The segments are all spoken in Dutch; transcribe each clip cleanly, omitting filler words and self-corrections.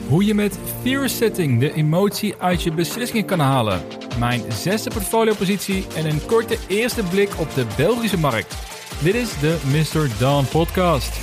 Hoe je met fear setting de emotie uit je beslissingen kan halen. Mijn 6e portfoliopositie en een korte eerste blik op de Belgische markt. Dit is de Mr. Dan podcast.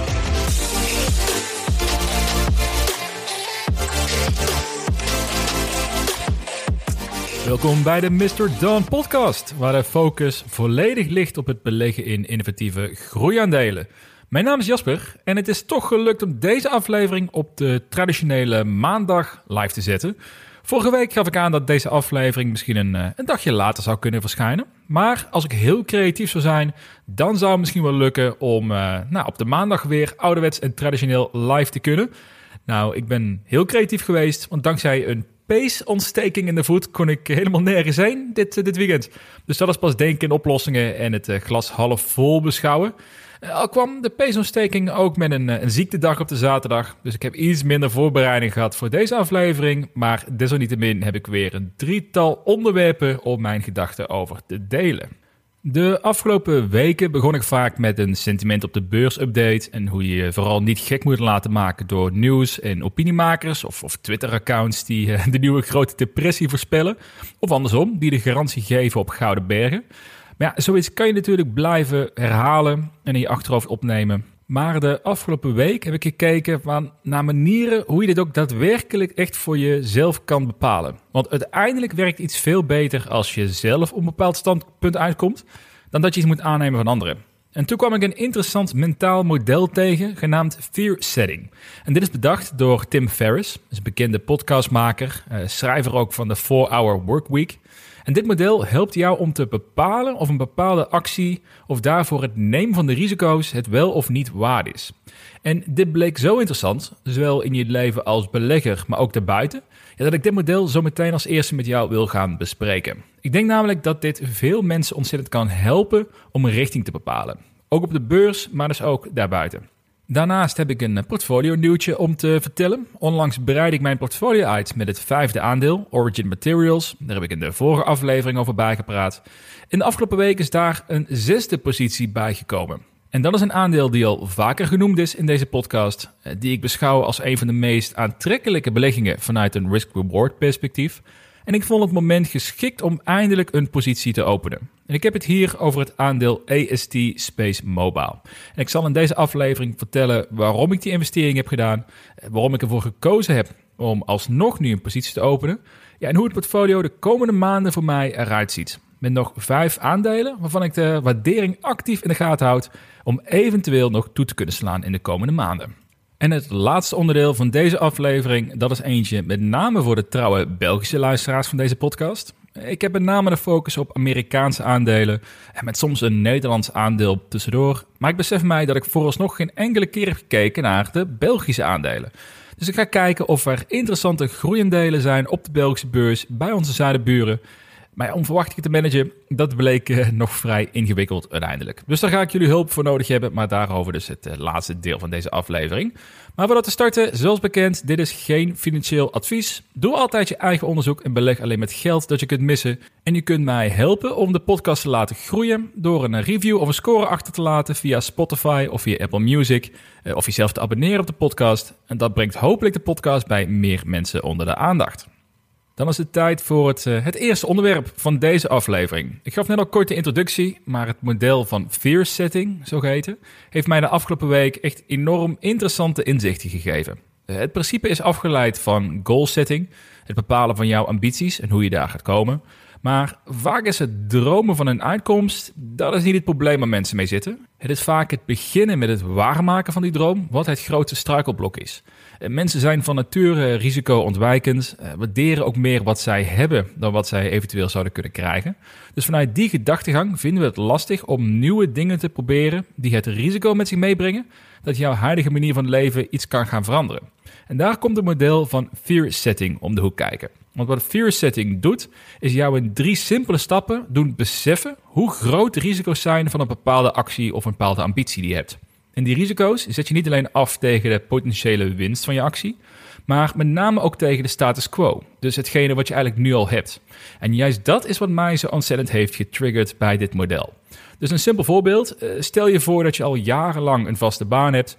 Welkom bij de Mr. Dan podcast, waar de focus volledig ligt op het beleggen in innovatieve groeiaandelen. Mijn naam is Jasper en het is toch gelukt om deze aflevering op de traditionele maandag live te zetten. Vorige week gaf ik aan dat deze aflevering misschien een dagje later zou kunnen verschijnen. Maar als ik heel creatief zou zijn, dan zou het misschien wel lukken om op de maandag weer ouderwets en traditioneel live te kunnen. Nou, ik ben heel creatief geweest, want dankzij een peesontsteking in de voet kon ik helemaal nergens heen dit weekend. Dus dat is pas denken in oplossingen en het glas half vol beschouwen. Al kwam de peesontsteking ook met een ziektedag op de zaterdag. Dus ik heb iets minder voorbereiding gehad voor deze aflevering. Maar desalniettemin heb ik weer een 3-tal onderwerpen om mijn gedachten over te delen. De afgelopen weken begon ik vaak met een sentiment op de beurs update en hoe je je vooral niet gek moet laten maken door nieuws- en opiniemakers of Twitter-accounts die de nieuwe grote depressie voorspellen. Of andersom, die de garantie geven op gouden bergen. Maar ja, zoiets kan je natuurlijk blijven herhalen en in je achterhoofd opnemen. Maar de afgelopen week heb ik gekeken naar manieren hoe je dit ook daadwerkelijk echt voor jezelf kan bepalen. Want uiteindelijk werkt iets veel beter als je zelf op een bepaald standpunt uitkomt, dan dat je iets moet aannemen van anderen. En toen kwam ik een interessant mentaal model tegen, genaamd fear setting. En dit is bedacht door Tim Ferriss, een bekende podcastmaker, schrijver ook van de 4-Hour Workweek. En dit model helpt jou om te bepalen of een bepaalde actie of daarvoor het nemen van de risico's het wel of niet waard is. En dit bleek zo interessant, zowel in je leven als belegger, maar ook daarbuiten, dat ik dit model zo meteen als eerste met jou wil gaan bespreken. Ik denk namelijk dat dit veel mensen ontzettend kan helpen om een richting te bepalen. Ook op de beurs, maar dus ook daarbuiten. Daarnaast heb ik een portfolio nieuwtje om te vertellen. Onlangs breidde ik mijn portfolio uit met het 5e aandeel, Origin Materials. Daar heb ik in de vorige aflevering over bijgepraat. In de afgelopen week is daar een 6e positie bijgekomen. En dat is een aandeel die al vaker genoemd is in deze podcast, die ik beschouw als een van de meest aantrekkelijke beleggingen vanuit een risk-reward perspectief. En ik vond het moment geschikt om eindelijk een positie te openen. En ik heb het hier over het aandeel AST Space Mobile. En ik zal in deze aflevering vertellen waarom ik die investering heb gedaan, waarom ik ervoor gekozen heb om alsnog nu een positie te openen, en hoe het portfolio de komende maanden voor mij eruit ziet. Met nog 5 aandelen waarvan ik de waardering actief in de gaten houd om eventueel nog toe te kunnen slaan in de komende maanden. En het laatste onderdeel van deze aflevering, dat is eentje met name voor de trouwe Belgische luisteraars van deze podcast. Ik heb met name de focus op Amerikaanse aandelen en met soms een Nederlands aandeel tussendoor. Maar ik besef mij dat ik vooralsnog geen enkele keer heb gekeken naar de Belgische aandelen. Dus ik ga kijken of er interessante groeiaandelen zijn op de Belgische beurs bij onze zuidenburen. Maar ja, om verwachtingen te managen, dat bleek nog vrij ingewikkeld uiteindelijk. Dus daar ga ik jullie hulp voor nodig hebben, maar daarover dus het laatste deel van deze aflevering. Maar voordat we starten, zoals bekend, dit is geen financieel advies. Doe altijd je eigen onderzoek en beleg alleen met geld dat je kunt missen. En je kunt mij helpen om de podcast te laten groeien door een review of een score achter te laten via Spotify of via Apple Music. Of jezelf te abonneren op de podcast. En dat brengt hopelijk de podcast bij meer mensen onder de aandacht. Dan is het tijd voor het eerste onderwerp van deze aflevering. Ik gaf net al kort de introductie, maar het model van fear setting, zo geheten, heeft mij de afgelopen week echt enorm interessante inzichten gegeven. Het principe is afgeleid van goal setting, het bepalen van jouw ambities en hoe je daar gaat komen. Maar vaak is het dromen van een uitkomst, dat is niet het probleem waar mensen mee zitten. Het is vaak het beginnen met het waarmaken van die droom, wat het grootste struikelblok is. Mensen zijn van nature risico-ontwijkend, waarderen ook meer wat zij hebben dan wat zij eventueel zouden kunnen krijgen. Dus vanuit die gedachtegang vinden we het lastig om nieuwe dingen te proberen die het risico met zich meebrengen dat jouw huidige manier van leven iets kan gaan veranderen. En daar komt het model van fear setting om de hoek kijken. Want wat fear setting doet, is jou in 3 simpele stappen doen beseffen hoe groot de risico's zijn van een bepaalde actie of een bepaalde ambitie die je hebt. En die risico's zet je niet alleen af tegen de potentiële winst van je actie, maar met name ook tegen de status quo. Dus hetgene wat je eigenlijk nu al hebt. En juist dat is wat mij zo ontzettend heeft getriggerd bij dit model. Dus een simpel voorbeeld. Stel je voor dat je al jarenlang een vaste baan hebt,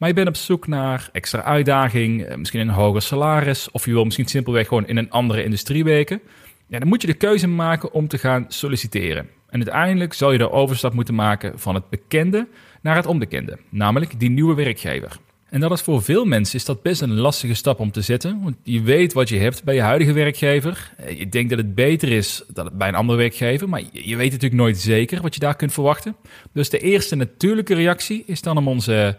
Maar je bent op zoek naar extra uitdaging, misschien een hoger salaris, of je wil misschien simpelweg gewoon in een andere industrie werken. Ja, dan moet je de keuze maken om te gaan solliciteren. En uiteindelijk zal je de overstap moeten maken van het bekende naar het onbekende, namelijk die nieuwe werkgever. En dat is voor veel mensen is dat best een lastige stap om te zetten, want je weet wat je hebt bij je huidige werkgever. Je denkt dat het beter is dan bij een andere werkgever, maar je weet natuurlijk nooit zeker wat je daar kunt verwachten. Dus de eerste natuurlijke reactie is dan om te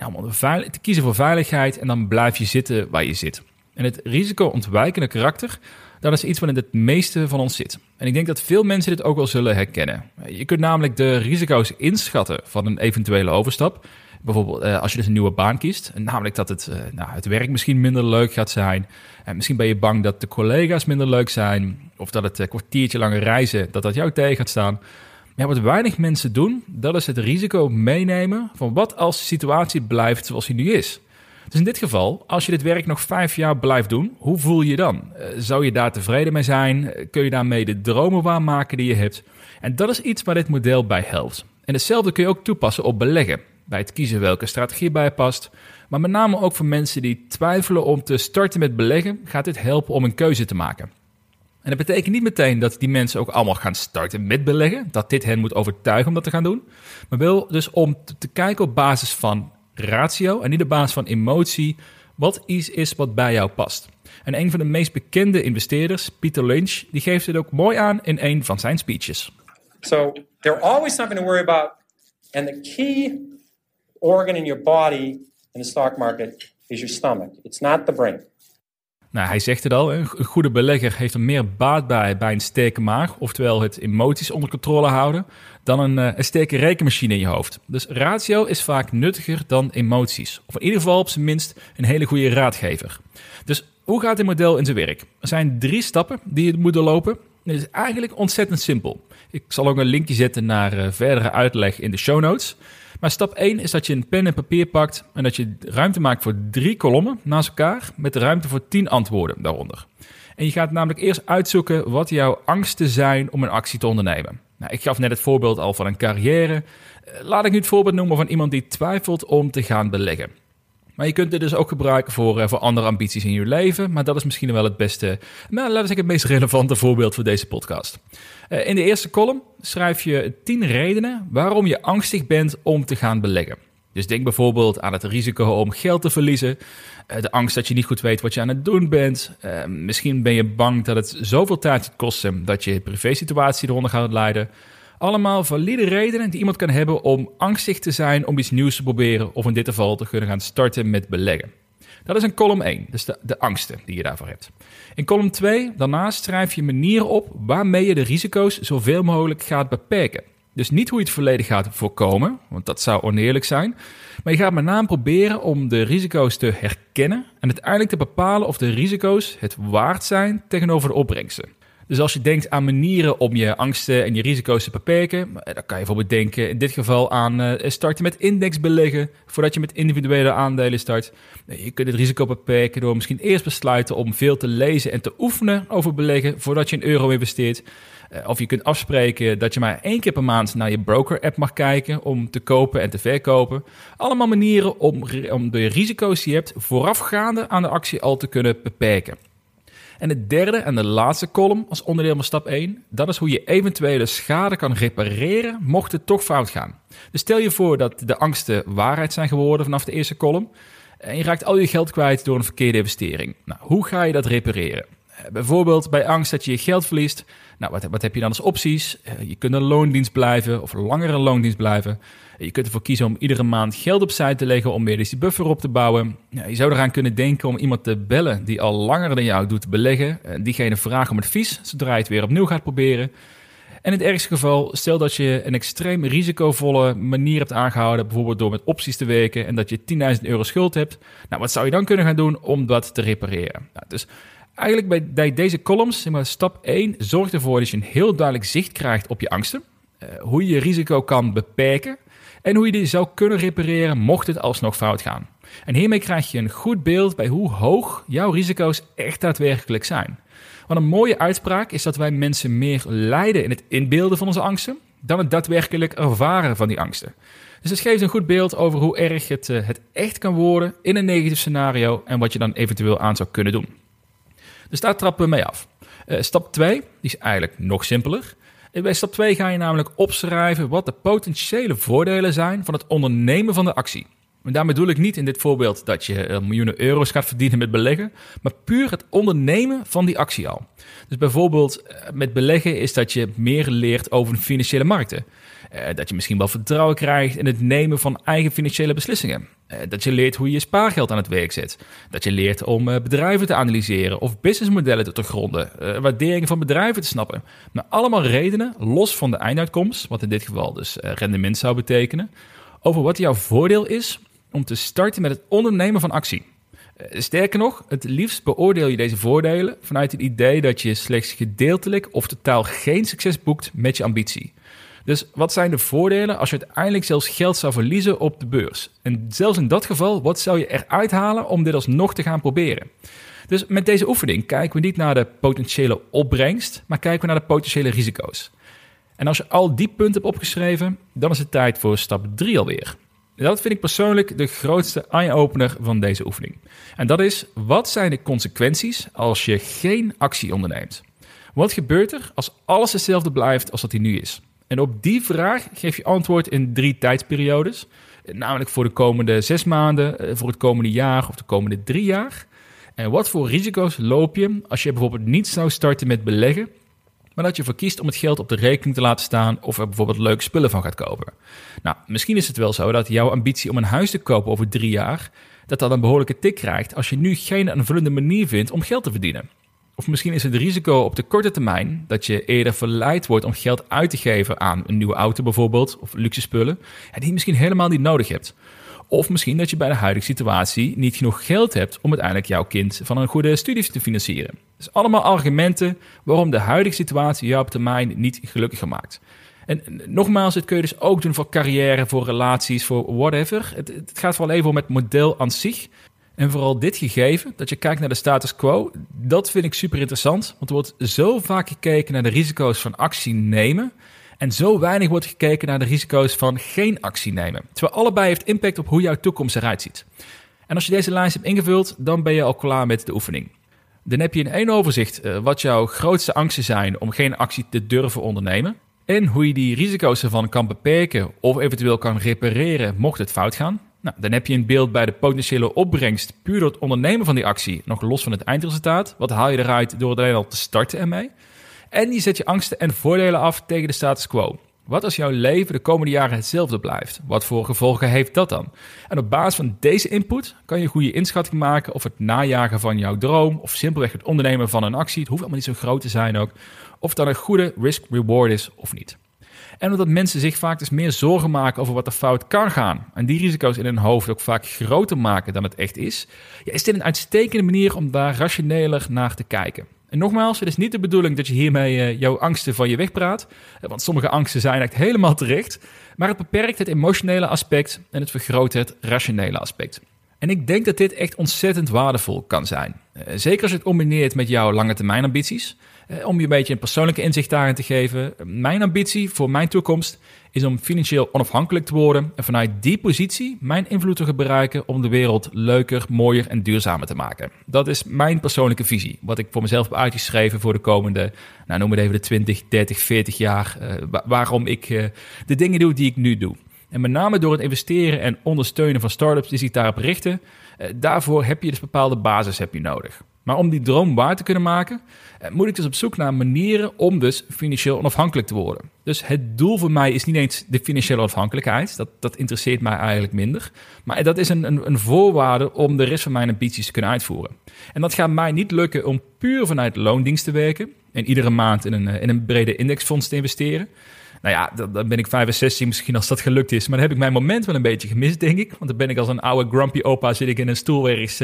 kiezen voor veiligheid en dan blijf je zitten waar je zit. En het risico-ontwijkende karakter, dat is iets wat in het meeste van ons zit. En ik denk dat veel mensen dit ook wel zullen herkennen. Je kunt namelijk de risico's inschatten van een eventuele overstap. Bijvoorbeeld als je dus een nieuwe baan kiest. Namelijk dat het werk misschien minder leuk gaat zijn. Misschien ben je bang dat de collega's minder leuk zijn. Of dat het kwartiertje lange reizen, dat jou tegen gaat staan. Maar wat weinig mensen doen, dat is het risico meenemen van wat als de situatie blijft zoals die nu is. Dus in dit geval, als je dit werk nog 5 jaar blijft doen, hoe voel je je dan? Zou je daar tevreden mee zijn? Kun je daarmee de dromen waarmaken die je hebt? En dat is iets waar dit model bij helpt. En hetzelfde kun je ook toepassen op beleggen. Bij het kiezen welke strategie bij je past. Maar met name ook voor mensen die twijfelen om te starten met beleggen, gaat dit helpen om een keuze te maken. En dat betekent niet meteen dat die mensen ook allemaal gaan starten met beleggen. Dat dit hen moet overtuigen om dat te gaan doen. Maar wel dus om te kijken op basis van ratio en niet op basis van emotie, wat iets is wat bij jou past. En een van de meest bekende investeerders, Peter Lynch, die geeft dit ook mooi aan in een van zijn speeches. So there's always something to worry about, and the key organ in your body in the stock market is your stomach. It's not the brain. Nou, hij zegt het al, een goede belegger heeft er meer baat bij een sterke maag, oftewel het emoties onder controle houden, dan een sterke rekenmachine in je hoofd. Dus ratio is vaak nuttiger dan emoties. Of in ieder geval op zijn minst een hele goede raadgever. Dus hoe gaat dit model in zijn werk? Er zijn 3 stappen die je moet doorlopen. Het is eigenlijk ontzettend simpel. Ik zal ook een linkje zetten naar verdere uitleg in de show notes. Maar stap 1 is dat je een pen en papier pakt en dat je ruimte maakt voor 3 kolommen naast elkaar met de ruimte voor 10 antwoorden daaronder. En je gaat namelijk eerst uitzoeken wat jouw angsten zijn om een actie te ondernemen. Nou, ik gaf net het voorbeeld al van een carrière. Laat ik nu het voorbeeld noemen van iemand die twijfelt om te gaan beleggen. Maar je kunt dit dus ook gebruiken voor andere ambities in je leven. Maar dat is misschien wel het beste, laten we zeggen het meest relevante voorbeeld voor deze podcast. In de eerste column schrijf je 10 redenen waarom je angstig bent om te gaan beleggen. Dus denk bijvoorbeeld aan het risico om geld te verliezen. De angst dat je niet goed weet wat je aan het doen bent. Misschien ben je bang dat het zoveel tijd gaat kosten dat je privésituatie eronder gaat leiden. Allemaal valide redenen die iemand kan hebben om angstig te zijn om iets nieuws te proberen of in dit geval te kunnen gaan starten met beleggen. Dat is in column 1, dus de angsten die je daarvoor hebt. In column 2, daarnaast schrijf je manieren op waarmee je de risico's zoveel mogelijk gaat beperken. Dus niet hoe je het volledig gaat voorkomen, want dat zou oneerlijk zijn. Maar je gaat met name proberen om de risico's te herkennen en uiteindelijk te bepalen of de risico's het waard zijn tegenover de opbrengsten. Dus als je denkt aan manieren om je angsten en je risico's te beperken, dan kan je bijvoorbeeld denken in dit geval aan starten met indexbeleggen voordat je met individuele aandelen start. Je kunt het risico beperken door misschien eerst besluiten om veel te lezen en te oefenen over beleggen voordat je een euro investeert. Of je kunt afspreken dat je maar 1 keer per maand naar je broker-app mag kijken om te kopen en te verkopen. Allemaal manieren om de risico's die je hebt voorafgaande aan de actie al te kunnen beperken. En de derde en de laatste column als onderdeel van stap 1, dat is hoe je eventuele schade kan repareren mocht het toch fout gaan. Dus stel je voor dat de angsten waarheid zijn geworden vanaf de eerste column en je raakt al je geld kwijt door een verkeerde investering. Nou, hoe ga je dat repareren? Bijvoorbeeld bij angst dat je je geld verliest. Nou, wat heb je dan als opties? Je kunt een loondienst blijven of langere loondienst blijven. Je kunt ervoor kiezen om iedere maand geld opzij te leggen om weer eens die buffer op te bouwen. Je zou eraan kunnen denken om iemand te bellen die al langer dan jou doet te beleggen. Diegene vragen om advies zodra je het weer opnieuw gaat proberen. En in het ergste geval, stel dat je een extreem risicovolle manier hebt aangehouden, bijvoorbeeld door met opties te werken en dat je 10.000 euro schuld hebt. Nou, wat zou je dan kunnen gaan doen om dat te repareren? Nou, dus eigenlijk bij deze columns, zeg maar, stap 1, zorgt ervoor dat je een heel duidelijk zicht krijgt op je angsten. Hoe je je risico kan beperken en hoe je die zou kunnen repareren mocht het alsnog fout gaan. En hiermee krijg je een goed beeld bij hoe hoog jouw risico's echt daadwerkelijk zijn. Want een mooie uitspraak is dat wij mensen meer lijden in het inbeelden van onze angsten dan het daadwerkelijk ervaren van die angsten. Dus het geeft een goed beeld over hoe erg het echt kan worden in een negatief scenario en wat je dan eventueel aan zou kunnen doen. Dus daar trappen we mee af. Stap 2, die is eigenlijk nog simpeler. Bij stap 2 ga je namelijk opschrijven wat de potentiële voordelen zijn van het ondernemen van de actie. En daarmee bedoel ik niet in dit voorbeeld dat je miljoenen euro's gaat verdienen met beleggen, maar puur het ondernemen van die actie al. Dus bijvoorbeeld met beleggen is dat je meer leert over de financiële markten. Dat je misschien wel vertrouwen krijgt in het nemen van eigen financiële beslissingen. Dat je leert hoe je je spaargeld aan het werk zet. Dat je leert om bedrijven te analyseren of businessmodellen te doorgronden. Waarderingen van bedrijven te snappen. Maar allemaal redenen, los van de einduitkomst, wat in dit geval dus rendement zou betekenen, over wat jouw voordeel is om te starten met het ondernemen van actie. Sterker nog, het liefst beoordeel je deze voordelen vanuit het idee dat je slechts gedeeltelijk of totaal geen succes boekt met je ambitie. Dus wat zijn de voordelen als je uiteindelijk zelfs geld zou verliezen op de beurs? En zelfs in dat geval, wat zou je eruit halen om dit alsnog te gaan proberen? Dus met deze oefening kijken we niet naar de potentiële opbrengst, maar kijken we naar de potentiële risico's. En als je al die punten hebt opgeschreven, dan is het tijd voor stap 3 alweer. Dat vind ik persoonlijk de grootste eye-opener van deze oefening. En dat is, wat zijn de consequenties als je geen actie onderneemt? Wat gebeurt er als alles hetzelfde blijft als dat hij nu is? En op die vraag geef je antwoord in 3 tijdsperiodes. Namelijk voor de komende 6 maanden, voor het komende jaar of de komende 3 jaar. En wat voor risico's loop je als je bijvoorbeeld niet zou starten met beleggen, maar dat je ervoor kiest om het geld op de rekening te laten staan of er bijvoorbeeld leuke spullen van gaat kopen. Nou, misschien is het wel zo dat jouw ambitie om een huis te kopen over 3 jaar, dat een behoorlijke tik krijgt als je nu geen aanvullende manier vindt om geld te verdienen. Of misschien is het risico op de korte termijn dat je eerder verleid wordt om geld uit te geven aan een nieuwe auto bijvoorbeeld, of luxe spullen, die je misschien helemaal niet nodig hebt. Of misschien dat je bij de huidige situatie niet genoeg geld hebt om uiteindelijk jouw kind van een goede studie te financieren. Dus allemaal argumenten waarom de huidige situatie jou op termijn niet gelukkiger maakt. En nogmaals, dit kun je dus ook doen voor carrière, voor relaties, voor whatever. Het gaat vooral even om het model aan zich. En vooral dit gegeven, dat je kijkt naar de status quo, dat vind ik super interessant. Want er wordt zo vaak gekeken naar de risico's van actie nemen en zo weinig wordt gekeken naar de risico's van geen actie nemen. Terwijl allebei heeft impact op hoe jouw toekomst eruit ziet. En als je deze lijst hebt ingevuld, dan ben je al klaar met de oefening. Dan heb je in 1 overzicht wat jouw grootste angsten zijn om geen actie te durven ondernemen. En hoe je die risico's ervan kan beperken of eventueel kan repareren mocht het fout gaan. Nou, dan heb je een beeld bij de potentiële opbrengst puur door het ondernemen van die actie, nog los van het eindresultaat. Wat haal je eruit door het alleen al te starten ermee? En je zet je angsten en voordelen af tegen de status quo. Wat als jouw leven de komende jaren hetzelfde blijft? Wat voor gevolgen heeft dat dan? En op basis van deze input kan je een goede inschatting maken of het najagen van jouw droom of simpelweg het ondernemen van een actie, het hoeft allemaal niet zo groot te zijn ook, of dat een goede risk-reward is of niet. En omdat mensen zich vaak dus meer zorgen maken over wat er fout kan gaan en die risico's in hun hoofd ook vaak groter maken dan het echt is, is dit een uitstekende manier om daar rationeler naar te kijken. En nogmaals, het is niet de bedoeling dat je hiermee jouw angsten van je wegpraat, want sommige angsten zijn echt helemaal terecht, maar het beperkt het emotionele aspect en het vergroot het rationele aspect. En ik denk dat dit echt ontzettend waardevol kan zijn. Zeker als je het combineert met jouw lange termijn ambities. Om je een beetje een persoonlijke inzicht daarin te geven. Mijn ambitie voor mijn toekomst is om financieel onafhankelijk te worden. En vanuit die positie mijn invloed te gebruiken om de wereld leuker, mooier en duurzamer te maken. Dat is mijn persoonlijke visie. Wat ik voor mezelf heb uitgeschreven voor de komende, noem het even de 20, 30, 40 jaar. Waarom ik de dingen doe die ik nu doe. En met name door het investeren en ondersteunen van startups die zich daarop richten, daarvoor heb je dus bepaalde basis nodig. Maar om die droom waar te kunnen maken, moet ik dus op zoek naar manieren om dus financieel onafhankelijk te worden. Dus het doel voor mij is niet eens de financiële onafhankelijkheid. Dat interesseert mij eigenlijk minder. Maar dat is een voorwaarde om de rest van mijn ambities te kunnen uitvoeren. En dat gaat mij niet lukken om puur vanuit loondienst te werken en iedere maand in een brede indexfonds te investeren. Nou ja, dan ben ik 65 misschien als dat gelukt is. Maar dan heb ik mijn moment wel een beetje gemist, denk ik. Want dan ben ik als een oude grumpy opa, zit ik in een stoel ergens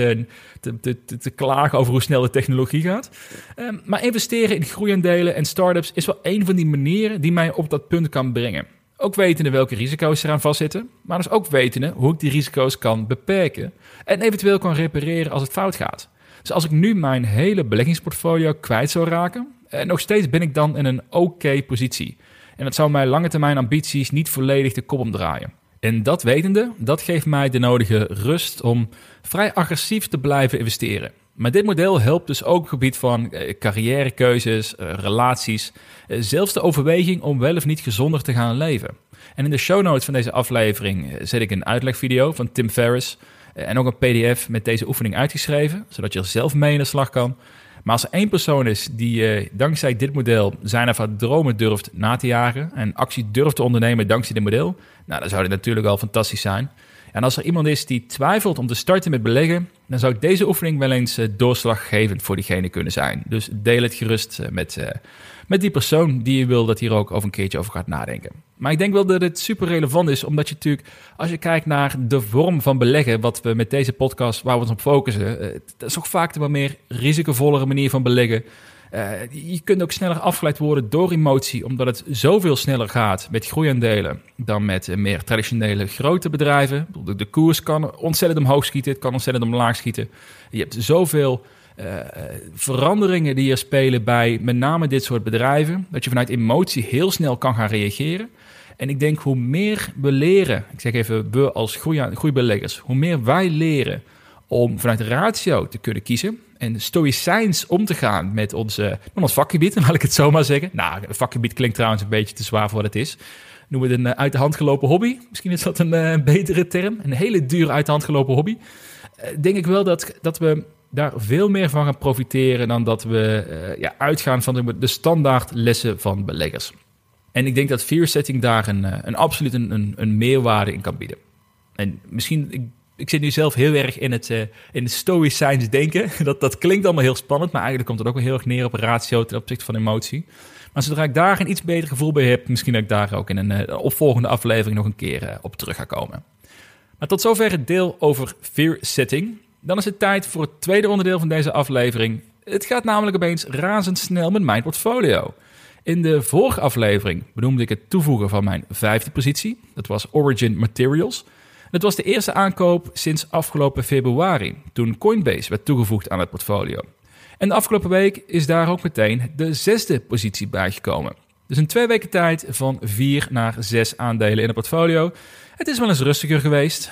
te klagen over hoe snel de technologie gaat. Maar investeren in groeiaandelen en start-ups is wel een van die manieren die mij op dat punt kan brengen. Ook wetende welke risico's eraan vastzitten. Maar dus ook wetende hoe ik die risico's kan beperken. En eventueel kan repareren als het fout gaat. Dus als ik nu mijn hele beleggingsportfolio kwijt zou raken, nog steeds ben ik dan in een oké positie. En dat zou mijn lange termijn ambities niet volledig de kop omdraaien. En dat wetende, dat geeft mij de nodige rust om vrij agressief te blijven investeren. Maar dit model helpt dus ook op het gebied van carrièrekeuzes, relaties, zelfs de overweging om wel of niet gezonder te gaan leven. En in de show notes van deze aflevering zet ik een uitlegvideo van Tim Ferriss en ook een pdf met deze oefening uitgeschreven, zodat je er zelf mee in de slag kan. Maar als er één persoon is die dankzij dit model zijn of haar dromen durft na te jagen en actie durft te ondernemen dankzij dit model, nou, dan zou dit natuurlijk al fantastisch zijn. En als er iemand is die twijfelt om te starten met beleggen, dan zou deze oefening wel eens doorslaggevend voor diegene kunnen zijn. Dus deel het gerust met die persoon die je wil dat hier ook over een keertje over gaat nadenken. Maar ik denk wel dat het super relevant is, omdat je natuurlijk, als je kijkt naar de vorm van beleggen, wat we met deze podcast, waar we ons op focussen, dat is ook vaak de wat meer risicovollere manier van beleggen. Je kunt ook sneller afgeleid worden door emotie, omdat het zoveel sneller gaat met groeiaandelen dan met meer traditionele grote bedrijven. De koers kan ontzettend omhoog schieten, het kan ontzettend omlaag schieten. Je hebt zoveel veranderingen die er spelen bij met name dit soort bedrijven, dat je vanuit emotie heel snel kan gaan reageren. En ik denk hoe meer we leren, ik zeg even we als groeibeleggers, hoe meer wij leren om vanuit ratio te kunnen kiezen en stoïcijns om te gaan met ons vakgebied, laat ik het zo maar zeggen. Nou, vakgebied klinkt trouwens een beetje te zwaar voor wat het is. Noem het een uit de hand gelopen hobby. Misschien is dat een betere term. Een hele dure uit de hand gelopen hobby. Denk ik wel dat we daar veel meer van gaan profiteren dan dat we uitgaan van de standaard lessen van beleggers. En ik denk dat fear setting daar absoluut een meerwaarde in kan bieden. En misschien, ik zit nu zelf heel erg in het stoïcijns denken. Dat klinkt allemaal heel spannend, maar eigenlijk komt het ook wel heel erg neer op ratio ten opzichte van emotie. Maar zodra ik daar een iets beter gevoel bij heb, misschien dat ik daar ook in een opvolgende aflevering nog een keer op terug ga komen. Maar tot zover het deel over fear setting. Dan is het tijd voor het tweede onderdeel van deze aflevering. Het gaat namelijk opeens razendsnel met mijn portfolio. In de vorige aflevering benoemde ik het toevoegen van mijn 5e positie. Dat was Origin Materials. Het was de eerste aankoop sinds afgelopen februari, toen Coinbase werd toegevoegd aan het portfolio. En de afgelopen week is daar ook meteen de 6e positie bijgekomen. Dus in 2 weken tijd van 4 naar 6 aandelen in het portfolio. Het is wel eens rustiger geweest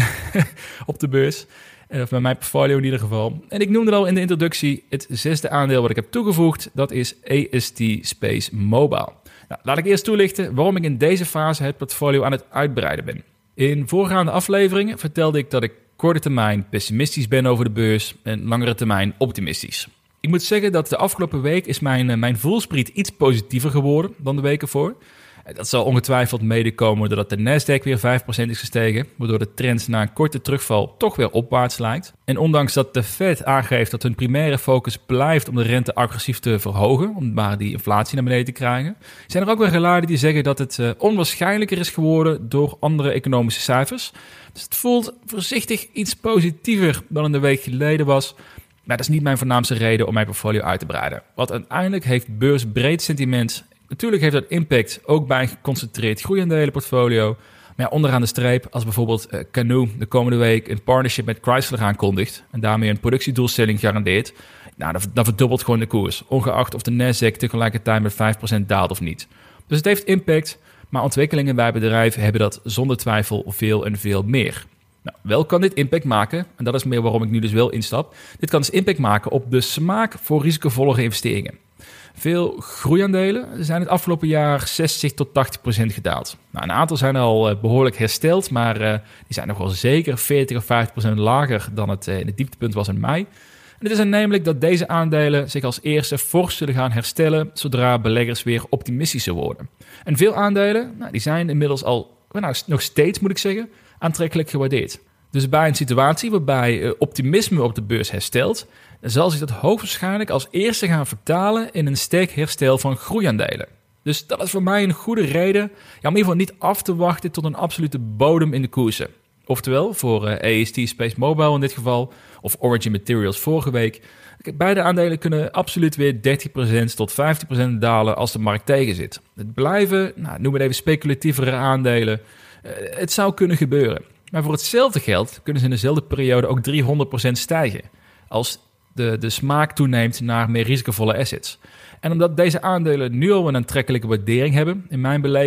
op de beurs. Of bij mijn portfolio in ieder geval. En ik noemde al in de introductie het 6e aandeel wat ik heb toegevoegd. Dat is AST Space Mobile. Nou, laat ik eerst toelichten waarom ik in deze fase het portfolio aan het uitbreiden ben. In voorgaande afleveringen vertelde ik dat ik korte termijn pessimistisch ben over de beurs en langere termijn optimistisch. Ik moet zeggen dat de afgelopen week is mijn voelspriet iets positiever geworden dan de weken voor. Dat zal ongetwijfeld medekomen doordat de Nasdaq weer 5% is gestegen, waardoor de trend na een korte terugval toch weer opwaarts lijkt. En ondanks dat de Fed aangeeft dat hun primaire focus blijft om de rente agressief te verhogen, om maar die inflatie naar beneden te krijgen, zijn er ook weer geluiden die zeggen dat het onwaarschijnlijker is geworden door andere economische cijfers. Dus het voelt voorzichtig iets positiever dan een week geleden was. Maar dat is niet mijn voornaamste reden om mijn portfolio uit te breiden. Want uiteindelijk heeft beursbreed sentiment. Natuurlijk heeft dat impact ook bij een geconcentreerd groeiende portfolio. Maar ja, onderaan de streep, als bijvoorbeeld Canoo de komende week een partnership met Chrysler aankondigt en daarmee een productiedoelstelling garandeert, nou, dan verdubbelt gewoon de koers, ongeacht of de Nasdaq tegelijkertijd met 5% daalt of niet. Dus het heeft impact, maar ontwikkelingen bij bedrijven hebben dat zonder twijfel veel en veel meer. Nou, wel kan dit impact maken, en dat is meer waarom ik nu dus wel instap. Dit kan dus impact maken op de smaak voor risicovolle investeringen. Veel groeiaandelen zijn het afgelopen jaar 60-80% gedaald. Nou, een aantal zijn al behoorlijk hersteld, maar die zijn nog wel zeker 40 of 50% lager dan het in het dieptepunt was in mei. En het is aannemelijk dat deze aandelen zich als eerste fors zullen gaan herstellen zodra beleggers weer optimistischer worden. En veel aandelen, die zijn inmiddels al, nog steeds moet ik zeggen, aantrekkelijk gewaardeerd. Dus bij een situatie waarbij optimisme op de beurs herstelt, dan zal zich dat hoogstwaarschijnlijk als eerste gaan vertalen in een sterk herstel van groeiaandelen. Dus dat is voor mij een goede reden om in ieder geval niet af te wachten tot een absolute bodem in de koersen. Oftewel, voor AST Space Mobile in dit geval, of Origin Materials vorige week. Beide aandelen kunnen absoluut weer 30% tot 50% dalen als de markt tegen zit. Het blijven, noem het even speculatievere aandelen. Het zou kunnen gebeuren. Maar voor hetzelfde geld kunnen ze in dezelfde periode ook 300% stijgen. Als de smaak toeneemt naar meer risicovolle assets. En omdat deze aandelen nu al een aantrekkelijke waardering hebben, in mijn beleving,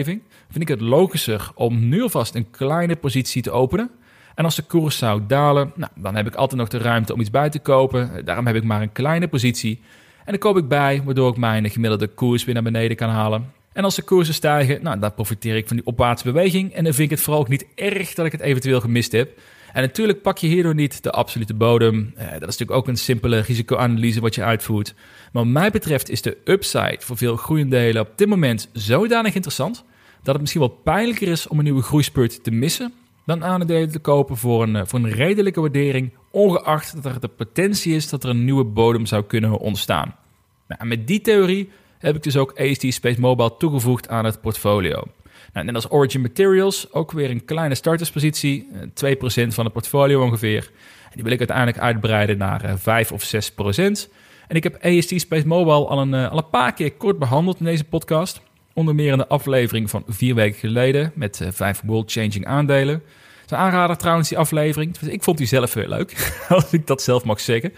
vind ik het logischer om nu alvast een kleine positie te openen. En als de koers zou dalen, dan heb ik altijd nog de ruimte om iets bij te kopen. Daarom heb ik maar een kleine positie. En dan koop ik bij, waardoor ik mijn gemiddelde koers weer naar beneden kan halen. En als de koersen stijgen, dan profiteer ik van die opwaartse beweging. En dan vind ik het vooral ook niet erg dat ik het eventueel gemist heb. En natuurlijk pak je hierdoor niet de absolute bodem. Dat is natuurlijk ook een simpele risicoanalyse wat je uitvoert. Maar wat mij betreft is de upside voor veel groeiendelen op dit moment zodanig interessant dat het misschien wel pijnlijker is om een nieuwe groeispurt te missen dan aandelen te kopen voor een redelijke waardering, ongeacht dat er de potentie is dat er een nieuwe bodem zou kunnen ontstaan. En met die theorie heb ik dus ook AST Space Mobile toegevoegd aan het portfolio. Net als Origin Materials, ook weer een kleine starterspositie, 2% van het portfolio ongeveer. En die wil ik uiteindelijk uitbreiden naar 5 of 6%. En ik heb AST Space Mobile al een paar keer kort behandeld in deze podcast. Onder meer in de aflevering van 4 weken geleden met 5 world-changing aandelen. Het is een aanrader trouwens, die aflevering. Ik vond die zelf heel leuk, als ik dat zelf mag zeggen.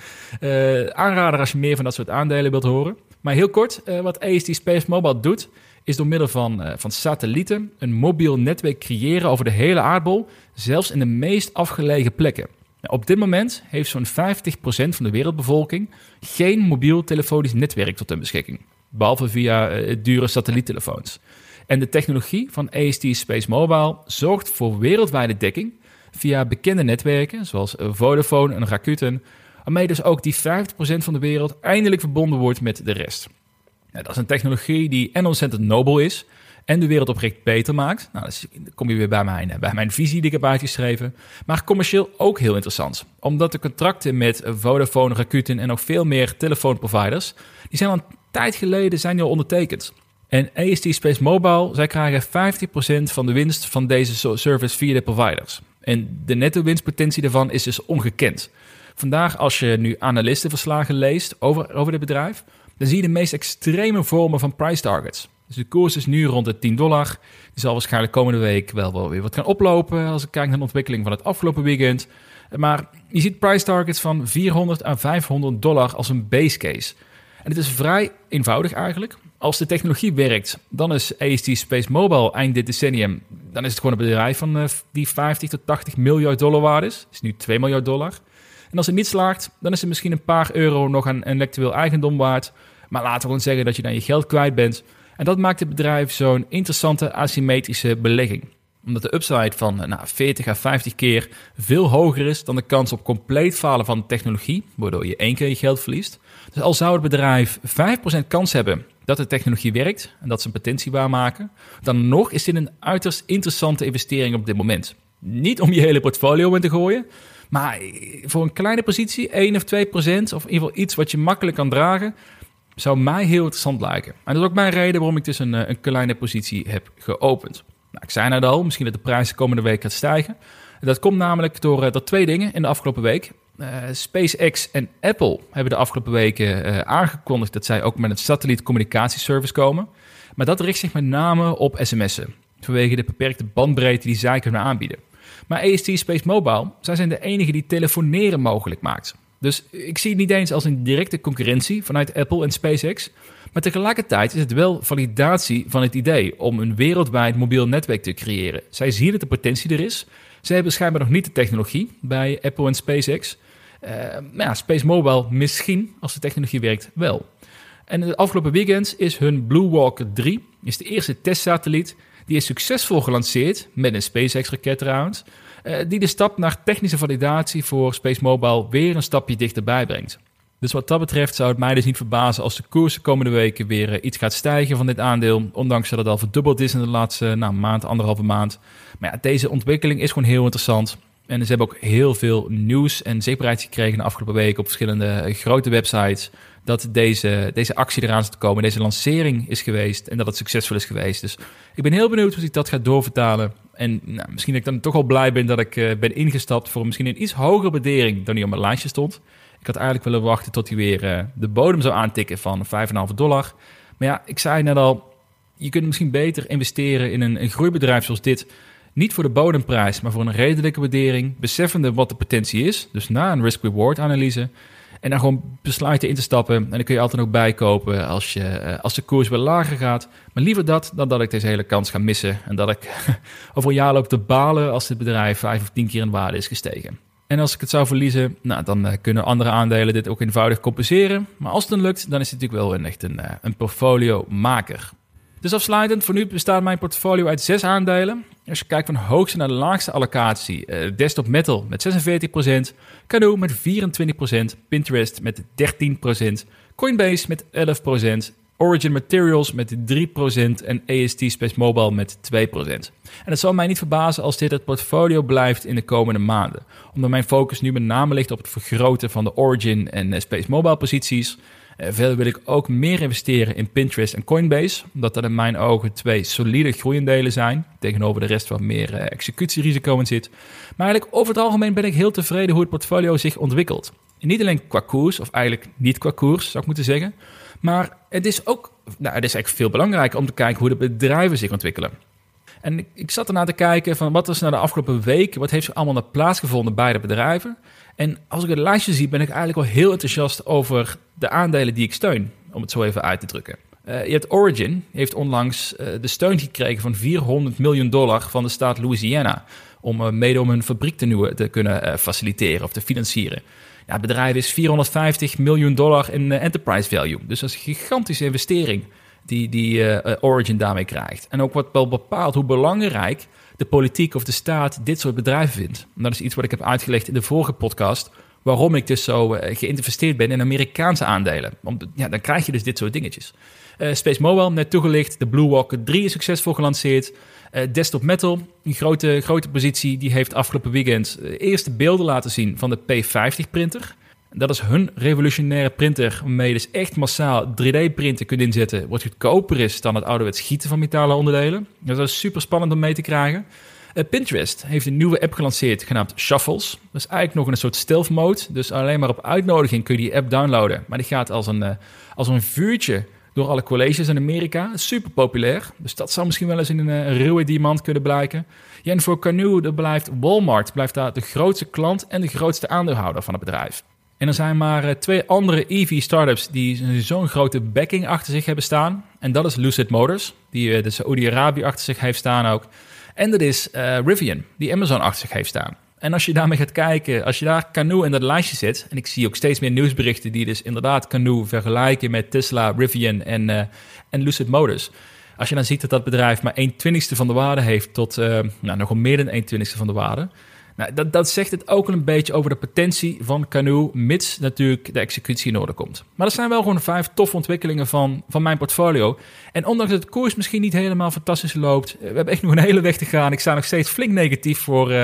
Aanrader als je meer van dat soort aandelen wilt horen. Maar heel kort, wat AST Space Mobile doet, is door middel van satellieten een mobiel netwerk creëren over de hele aardbol, zelfs in de meest afgelegen plekken. Op dit moment heeft zo'n 50% van de wereldbevolking geen mobiel telefonisch netwerk tot hun beschikking, behalve via dure satelliettelefoons. En de technologie van AST Space Mobile zorgt voor wereldwijde dekking via bekende netwerken, zoals Vodafone en Rakuten, waarmee dus ook die 50% van de wereld eindelijk verbonden wordt met de rest. Dat is een technologie die en ontzettend nobel is en de wereld oprecht beter maakt. Dan kom je weer bij mijn visie die ik heb uitgeschreven. Maar commercieel ook heel interessant. Omdat de contracten met Vodafone, Rakuten en nog veel meer telefoonproviders, die zijn al een tijd geleden al ondertekend. En AST Space Mobile, zij krijgen 50% van de winst van deze service via de providers. En de netto winstpotentie daarvan is dus ongekend. Vandaag, als je nu analistenverslagen leest over dit bedrijf, dan zie je de meest extreme vormen van price targets. Dus de koers is nu rond de $10. Die zal waarschijnlijk komende week wel weer wat gaan oplopen als ik kijk naar de ontwikkeling van het afgelopen weekend. Maar je ziet price targets van $400 à $500 als een base case. En het is vrij eenvoudig eigenlijk. Als de technologie werkt, dan is AST Space Mobile eind dit decennium, dan is het gewoon een bedrijf van die $50 tot $80 miljard waard is. Dat is nu $2 miljard. En als het niet slaagt, dan is het misschien een paar euro nog aan intellectueel eigendom waard. Maar laten we gewoon zeggen dat je dan je geld kwijt bent. En dat maakt het bedrijf zo'n interessante asymmetrische belegging. Omdat de upside van 40 à 50 keer veel hoger is dan de kans op compleet falen van de technologie, waardoor je 1 keer je geld verliest. Dus al zou het bedrijf 5% kans hebben dat de technologie werkt en dat ze een potentie waarmaken, dan nog is dit een uiterst interessante investering op dit moment. Niet om je hele portfolio in te gooien, maar voor een kleine positie, 1 of 2%, of in ieder geval iets wat je makkelijk kan dragen, zou mij heel interessant lijken. En dat is ook mijn reden waarom ik dus een kleine positie heb geopend. Ik zei net al, misschien dat de prijs de komende week gaat stijgen. Dat komt namelijk door 2 dingen in de afgelopen week. SpaceX en Apple hebben de afgelopen weken aangekondigd dat zij ook met een satellietcommunicatieservice komen. Maar dat richt zich met name op sms'en, vanwege de beperkte bandbreedte die zij kunnen aanbieden. Maar AST Space Mobile, zij zijn de enige die telefoneren mogelijk maakt. Dus ik zie het niet eens als een directe concurrentie vanuit Apple en SpaceX. Maar tegelijkertijd is het wel validatie van het idee om een wereldwijd mobiel netwerk te creëren. Zij zien dat de potentie er is. Zij hebben schijnbaar nog niet de technologie bij Apple en SpaceX. Maar Space Mobile misschien, als de technologie werkt, wel. En het afgelopen weekend is hun Blue Walker 3, is de eerste testsatelliet. Die is succesvol gelanceerd, met een SpaceX-raket trouwens, die de stap naar technische validatie voor Space Mobile weer een stapje dichterbij brengt. Dus wat dat betreft zou het mij dus niet verbazen als de koers de komende weken weer iets gaat stijgen van dit aandeel, ondanks dat het al verdubbeld is in de laatste maand, 1,5 maand. Maar ja, deze ontwikkeling is gewoon heel interessant. En ze hebben ook heel veel nieuws en zichtbaarheid gekregen de afgelopen weken op verschillende grote websites, dat deze actie eraan is te komen, deze lancering is geweest en dat het succesvol is geweest. Dus ik ben heel benieuwd hoe zich dat gaat doorvertalen. En misschien dat ik dan toch wel blij ben dat ik ben ingestapt voor misschien een iets hogere waardering dan die op mijn lijstje stond. Ik had eigenlijk willen wachten tot hij weer de bodem zou aantikken van $5,5. Maar ja, ik zei net al, je kunt misschien beter investeren in een groeibedrijf zoals dit. Niet voor de bodemprijs, maar voor een redelijke waardering, beseffende wat de potentie is. Dus na een risk-reward analyse. En dan gewoon besluiten in te stappen. En dan kun je altijd nog bijkopen als de koers weer lager gaat. Maar liever dat dan dat ik deze hele kans ga missen. En dat ik over een jaar loop te balen als dit bedrijf 5 of 10 keer in waarde is gestegen. En als ik het zou verliezen, dan kunnen andere aandelen dit ook eenvoudig compenseren. Maar als het dan lukt, dan is het natuurlijk wel echt een portfolio-maker. Dus afsluitend, voor nu bestaat mijn portfolio uit 6 aandelen. Als je kijkt van hoogste naar de laagste allocatie, Desktop Metal met 46%, Canoe met 24%, Pinterest met 13%, Coinbase met 11%, Origin Materials met 3% en AST Space Mobile met 2%. En het zal mij niet verbazen als dit het portfolio blijft in de komende maanden. Omdat mijn focus nu met name ligt op het vergroten van de Origin en Space Mobile posities. Verder wil ik ook meer investeren in Pinterest en Coinbase, omdat dat in mijn ogen 2 solide groeiendelen zijn, tegenover de rest wat meer executierisico in zit. Maar eigenlijk over het algemeen ben ik heel tevreden hoe het portfolio zich ontwikkelt. En niet alleen qua koers, of eigenlijk niet qua koers, zou ik moeten zeggen, maar het is ook, het is eigenlijk veel belangrijker om te kijken hoe de bedrijven zich ontwikkelen. En ik zat ernaar te kijken van wat is nou de afgelopen weken, wat heeft er allemaal naar plaatsgevonden bij de bedrijven. En als ik het lijstje zie, ben ik eigenlijk wel heel enthousiast over de aandelen die ik steun, om het zo even uit te drukken. Je hebt Origin, heeft onlangs de steun gekregen van $400 miljoen van de staat Louisiana, om hun fabriek te kunnen faciliteren of te financieren. Ja, het bedrijf is $450 miljoen in enterprise value, dus dat is een gigantische investering die Origin daarmee krijgt. En ook wat wel bepaalt hoe belangrijk de politiek of de staat dit soort bedrijven vindt. En dat is iets wat ik heb uitgelegd in de vorige podcast, waarom ik dus zo geïnvesteerd ben in Amerikaanse aandelen. Dan krijg je dus dit soort dingetjes. Space Mobile, net toegelicht. De Blue Walker 3 is succesvol gelanceerd. Desktop Metal, een grote positie, die heeft afgelopen weekend de eerste beelden laten zien van de P50-printer. Dat is hun revolutionaire printer, waarmee je dus echt massaal 3D-printen kunt inzetten, wat goedkoper is dan het ouderwets gieten van metalen onderdelen. Dus dat is super spannend om mee te krijgen. Pinterest heeft een nieuwe app gelanceerd genaamd Shuffles. Dat is eigenlijk nog een soort stealth mode, dus alleen maar op uitnodiging kun je die app downloaden. Maar die gaat als een vuurtje door alle colleges in Amerika. Super populair, dus dat zou misschien wel eens in een ruwe diamant kunnen blijken. Ja, en voor Canoe blijft Walmart daar de grootste klant en de grootste aandeelhouder van het bedrijf. En er zijn maar 2 andere EV-startups die zo'n grote backing achter zich hebben staan. En dat is Lucid Motors, die de Saoedi-Arabië achter zich heeft staan ook. En dat is Rivian, die Amazon achter zich heeft staan. En als je daarmee gaat kijken, als je daar Canoe in dat lijstje zet, en ik zie ook steeds meer nieuwsberichten die dus inderdaad Canoe vergelijken met Tesla, Rivian en Lucid Motors. Als je dan ziet dat dat bedrijf maar 1/20 van de waarde heeft tot nog meer dan 1/20 van de waarde. Nou, dat zegt het ook een beetje over de potentie van Canoe, mits natuurlijk de executie in orde komt. Maar dat zijn wel gewoon 5 toffe ontwikkelingen van mijn portfolio. En ondanks dat de koers misschien niet helemaal fantastisch loopt, we hebben echt nog een hele weg te gaan. Ik sta nog steeds flink negatief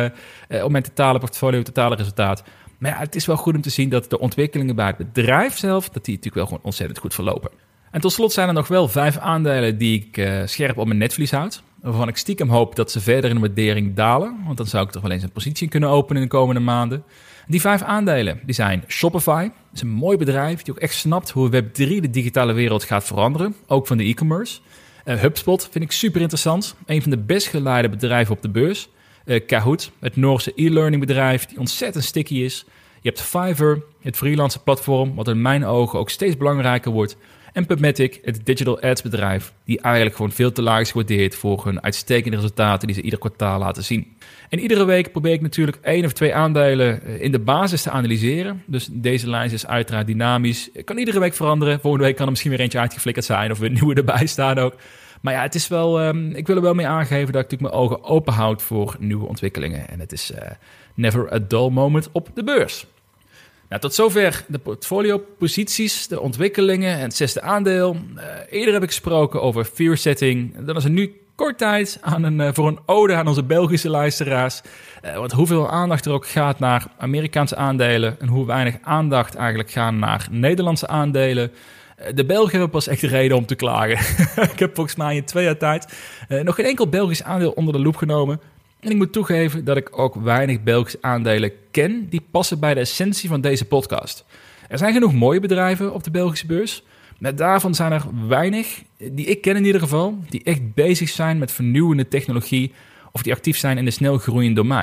op mijn totale portfolio, totale resultaat. Maar ja, het is wel goed om te zien dat de ontwikkelingen bij het bedrijf zelf, dat die natuurlijk wel gewoon ontzettend goed verlopen. En tot slot zijn er nog wel 5 aandelen die ik scherp op mijn netvlies houd, waarvan ik stiekem hoop dat ze verder in de waardering dalen, want dan zou ik toch wel eens een positie kunnen openen in de komende maanden. Die 5 aandelen, die zijn Shopify. Dat is een mooi bedrijf die ook echt snapt hoe Web3 de digitale wereld gaat veranderen, ook van de e-commerce. HubSpot vind ik super interessant, een van de best geleide bedrijven op de beurs. Kahoot, het Noorse e-learning bedrijf die ontzettend sticky is. Je hebt Fiverr, het freelance platform, wat in mijn ogen ook steeds belangrijker wordt. En PubMatic, het digital ads bedrijf, die eigenlijk gewoon veel te laag is gewaardeerd voor hun uitstekende resultaten die ze ieder kwartaal laten zien. En iedere week probeer ik natuurlijk 1 of 2 aandelen in de basis te analyseren. Dus deze lijst is uiteraard dynamisch. Het kan iedere week veranderen. Volgende week kan er misschien weer eentje uitgeflikkerd zijn of weer nieuwe erbij staan ook. Maar ja, het is wel, ik wil er wel mee aangeven dat ik natuurlijk mijn ogen open houd voor nieuwe ontwikkelingen. En het is never a dull moment op de beurs. Nou, tot zover de portfolio-posities, de ontwikkelingen en het 6e aandeel. Eerder heb ik gesproken over fear setting. Dan is er nu kort tijd voor een ode aan onze Belgische luisteraars. Want hoeveel aandacht er ook gaat naar Amerikaanse aandelen en hoe weinig aandacht eigenlijk gaat naar Nederlandse aandelen. De Belgen hebben pas echt de reden om te klagen. Ik heb volgens mij in 2 jaar tijd nog geen enkel Belgisch aandeel onder de loep genomen. En ik moet toegeven dat ik ook weinig Belgische aandelen ken die passen bij de essentie van deze podcast. Er zijn genoeg mooie bedrijven op de Belgische beurs. Maar daarvan zijn er weinig, die ik ken in ieder geval, die echt bezig zijn met vernieuwende technologie of die actief zijn in een snel groeiend domein.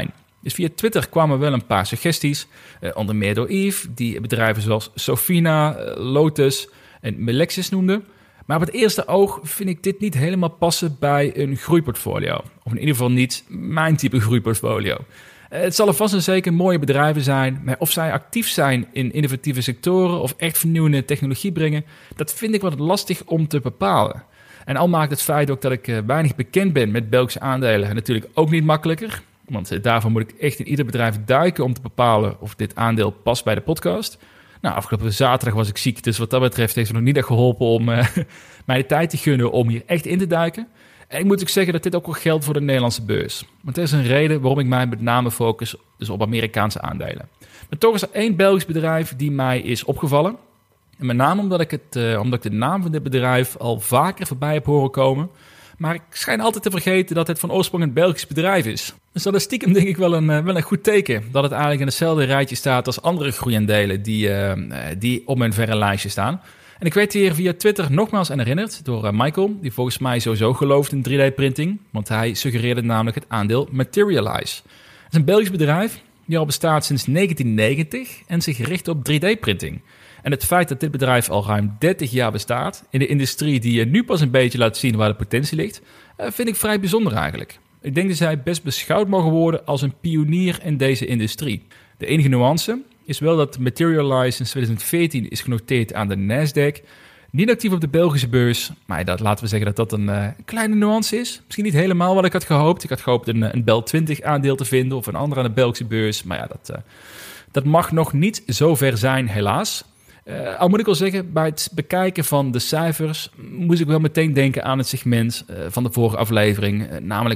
Dus via Twitter kwamen wel een paar suggesties, onder meer door Yves, die bedrijven zoals Sofina, Lotus en Melexis noemde. Maar op het eerste oog vind ik dit niet helemaal passen bij een groeiportfolio. Of in ieder geval niet mijn type groeiportfolio. Het zal vast en zeker mooie bedrijven zijn, maar of zij actief zijn in innovatieve sectoren of echt vernieuwende technologie brengen, dat vind ik wat lastig om te bepalen. En al maakt het feit ook dat ik weinig bekend ben met Belgische aandelen natuurlijk ook niet makkelijker. Want daarvoor moet ik echt in ieder bedrijf duiken om te bepalen of dit aandeel past bij de podcast. Nou, afgelopen zaterdag was ik ziek, dus wat dat betreft heeft het nog niet echt geholpen om mij de tijd te gunnen om hier echt in te duiken. En ik moet ook zeggen dat dit ook wel geldt voor de Nederlandse beurs. Want er is een reden waarom ik mij met name focus dus op Amerikaanse aandelen. Maar toch is er één Belgisch bedrijf die mij is opgevallen. En met name omdat ik de naam van dit bedrijf al vaker voorbij heb horen komen. Maar ik schijn altijd te vergeten dat het van oorsprong een Belgisch bedrijf is. Dus dat is stiekem denk ik wel een goed teken. Dat het eigenlijk in hetzelfde rijtje staat als andere groeiaandelen die op mijn verre lijstje staan. En ik werd hier via Twitter nogmaals aan herinnerd door Michael, die volgens mij sowieso gelooft in 3D-printing. Want hij suggereerde namelijk het aandeel Materialise. Het is een Belgisch bedrijf die al bestaat sinds 1990 en zich richt op 3D-printing. En het feit dat dit bedrijf al ruim 30 jaar bestaat in de industrie die nu pas een beetje laat zien waar de potentie ligt, vind ik vrij bijzonder eigenlijk. Ik denk dat zij best beschouwd mogen worden als een pionier in deze industrie. De enige nuance is wel dat Materialise sinds 2014 is genoteerd aan de Nasdaq. Niet actief op de Belgische beurs, maar laten we zeggen dat dat een kleine nuance is. Misschien niet helemaal wat ik had gehoopt. Ik had gehoopt een Bel 20 aandeel te vinden of een ander aan de Belgische beurs. Maar ja, dat mag nog niet zo ver zijn, helaas. Al moet ik wel zeggen, bij het bekijken van de cijfers moest ik wel meteen denken aan het segment van de vorige aflevering. Namelijk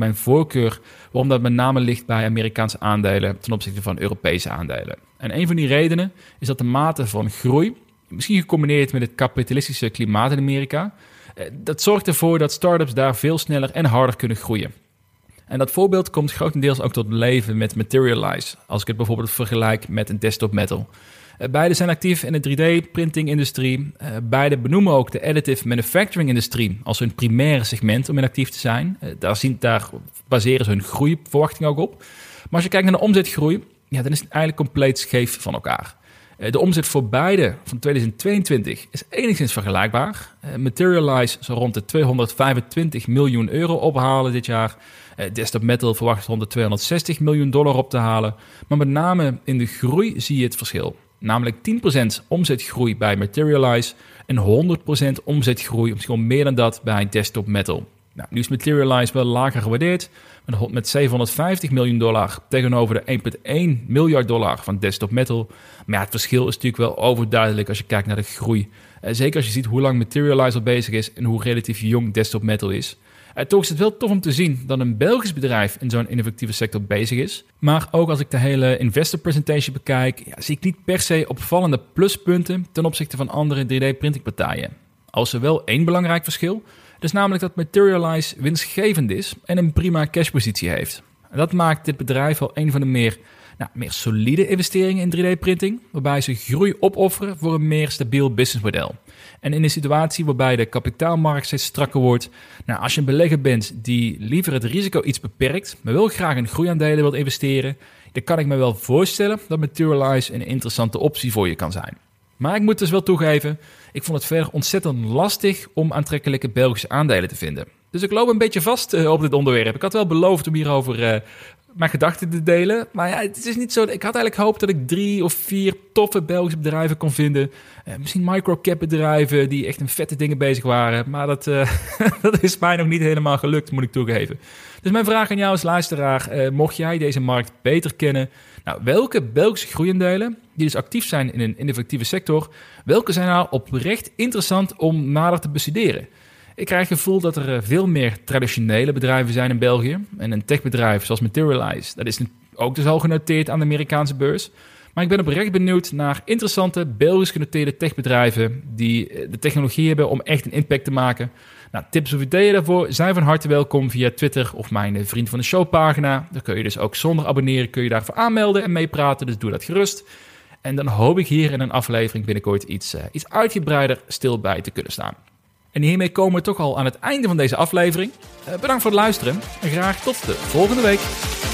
waarom dat met name ligt bij Amerikaanse aandelen ten opzichte van Europese aandelen. En een van die redenen is dat de mate van groei, misschien gecombineerd met het kapitalistische klimaat in Amerika, dat zorgt ervoor dat startups daar veel sneller en harder kunnen groeien. En dat voorbeeld komt grotendeels ook tot leven met Materialise, als ik het bijvoorbeeld vergelijk met een Desktop Metal. Beide zijn actief in de 3D-printing-industrie. Beide benoemen ook de additive manufacturing-industrie als hun primaire segment om in actief te zijn. Daar baseren ze hun groeiverwachting ook op. Maar als je kijkt naar de omzetgroei, dan is het eigenlijk compleet scheef van elkaar. De omzet voor beide van 2022 is enigszins vergelijkbaar. Materialise zal rond de €225 miljoen ophalen dit jaar. Desktop Metal verwacht rond de $260 miljoen op te halen. Maar met name in de groei zie je het verschil. Namelijk 10% omzetgroei bij Materialise en 100% omzetgroei, misschien wel meer dan dat, bij Desktop Metal. Nou, nu is Materialise wel lager gewaardeerd, met $750 miljoen tegenover de $1,1 miljard van Desktop Metal. Maar ja, het verschil is natuurlijk wel overduidelijk als je kijkt naar de groei. Zeker als je ziet hoe lang Materialise al bezig is en hoe relatief jong Desktop Metal is. Toch is het wel tof om te zien dat een Belgisch bedrijf in zo'n innovatieve sector bezig is. Maar ook als ik de hele investor presentation bekijk, zie ik niet per se opvallende pluspunten ten opzichte van andere 3D-printingpartijen. Als er wel één belangrijk verschil, dat is namelijk dat Materialise winstgevend is en een prima cashpositie heeft. En dat maakt dit bedrijf wel een van de meer solide investeringen in 3D-printing, waarbij ze groei opofferen voor een meer stabiel businessmodel. En in een situatie waarbij de kapitaalmarkt steeds strakker wordt, als je een belegger bent die liever het risico iets beperkt, maar wel graag in groeiaandelen wilt investeren, dan kan ik me wel voorstellen dat Materialise een interessante optie voor je kan zijn. Maar ik moet dus wel toegeven, ik vond het verder ontzettend lastig om aantrekkelijke Belgische aandelen te vinden. Dus ik loop een beetje vast op dit onderwerp. Ik had wel beloofd om hierover mijn gedachten te delen. Maar ja, het is niet zo. Ik had eigenlijk gehoopt dat ik 3 of 4 toffe Belgische bedrijven kon vinden. Misschien microcap bedrijven die echt een vette dingen bezig waren. Maar dat is mij nog niet helemaal gelukt, moet ik toegeven. Dus mijn vraag aan jou als luisteraar, mocht jij deze markt beter kennen, welke Belgische groeiaandelen, die dus actief zijn in een innovatieve sector, welke zijn nou oprecht interessant om nader te bestuderen? Ik krijg het gevoel dat er veel meer traditionele bedrijven zijn in België. En een techbedrijf zoals Materialise, dat is ook dus al genoteerd aan de Amerikaanse beurs. Maar ik ben oprecht benieuwd naar interessante Belgisch genoteerde techbedrijven die de technologie hebben om echt een impact te maken. Tips of ideeën daarvoor zijn van harte welkom via Twitter of mijn Vriend van de Show pagina. Daar kun je dus ook zonder abonneren kun je daarvoor aanmelden en meepraten, dus doe dat gerust. En dan hoop ik hier in een aflevering binnenkort iets uitgebreider stil bij te kunnen staan. En hiermee komen we toch al aan het einde van deze aflevering. Bedankt voor het luisteren en graag tot de volgende week.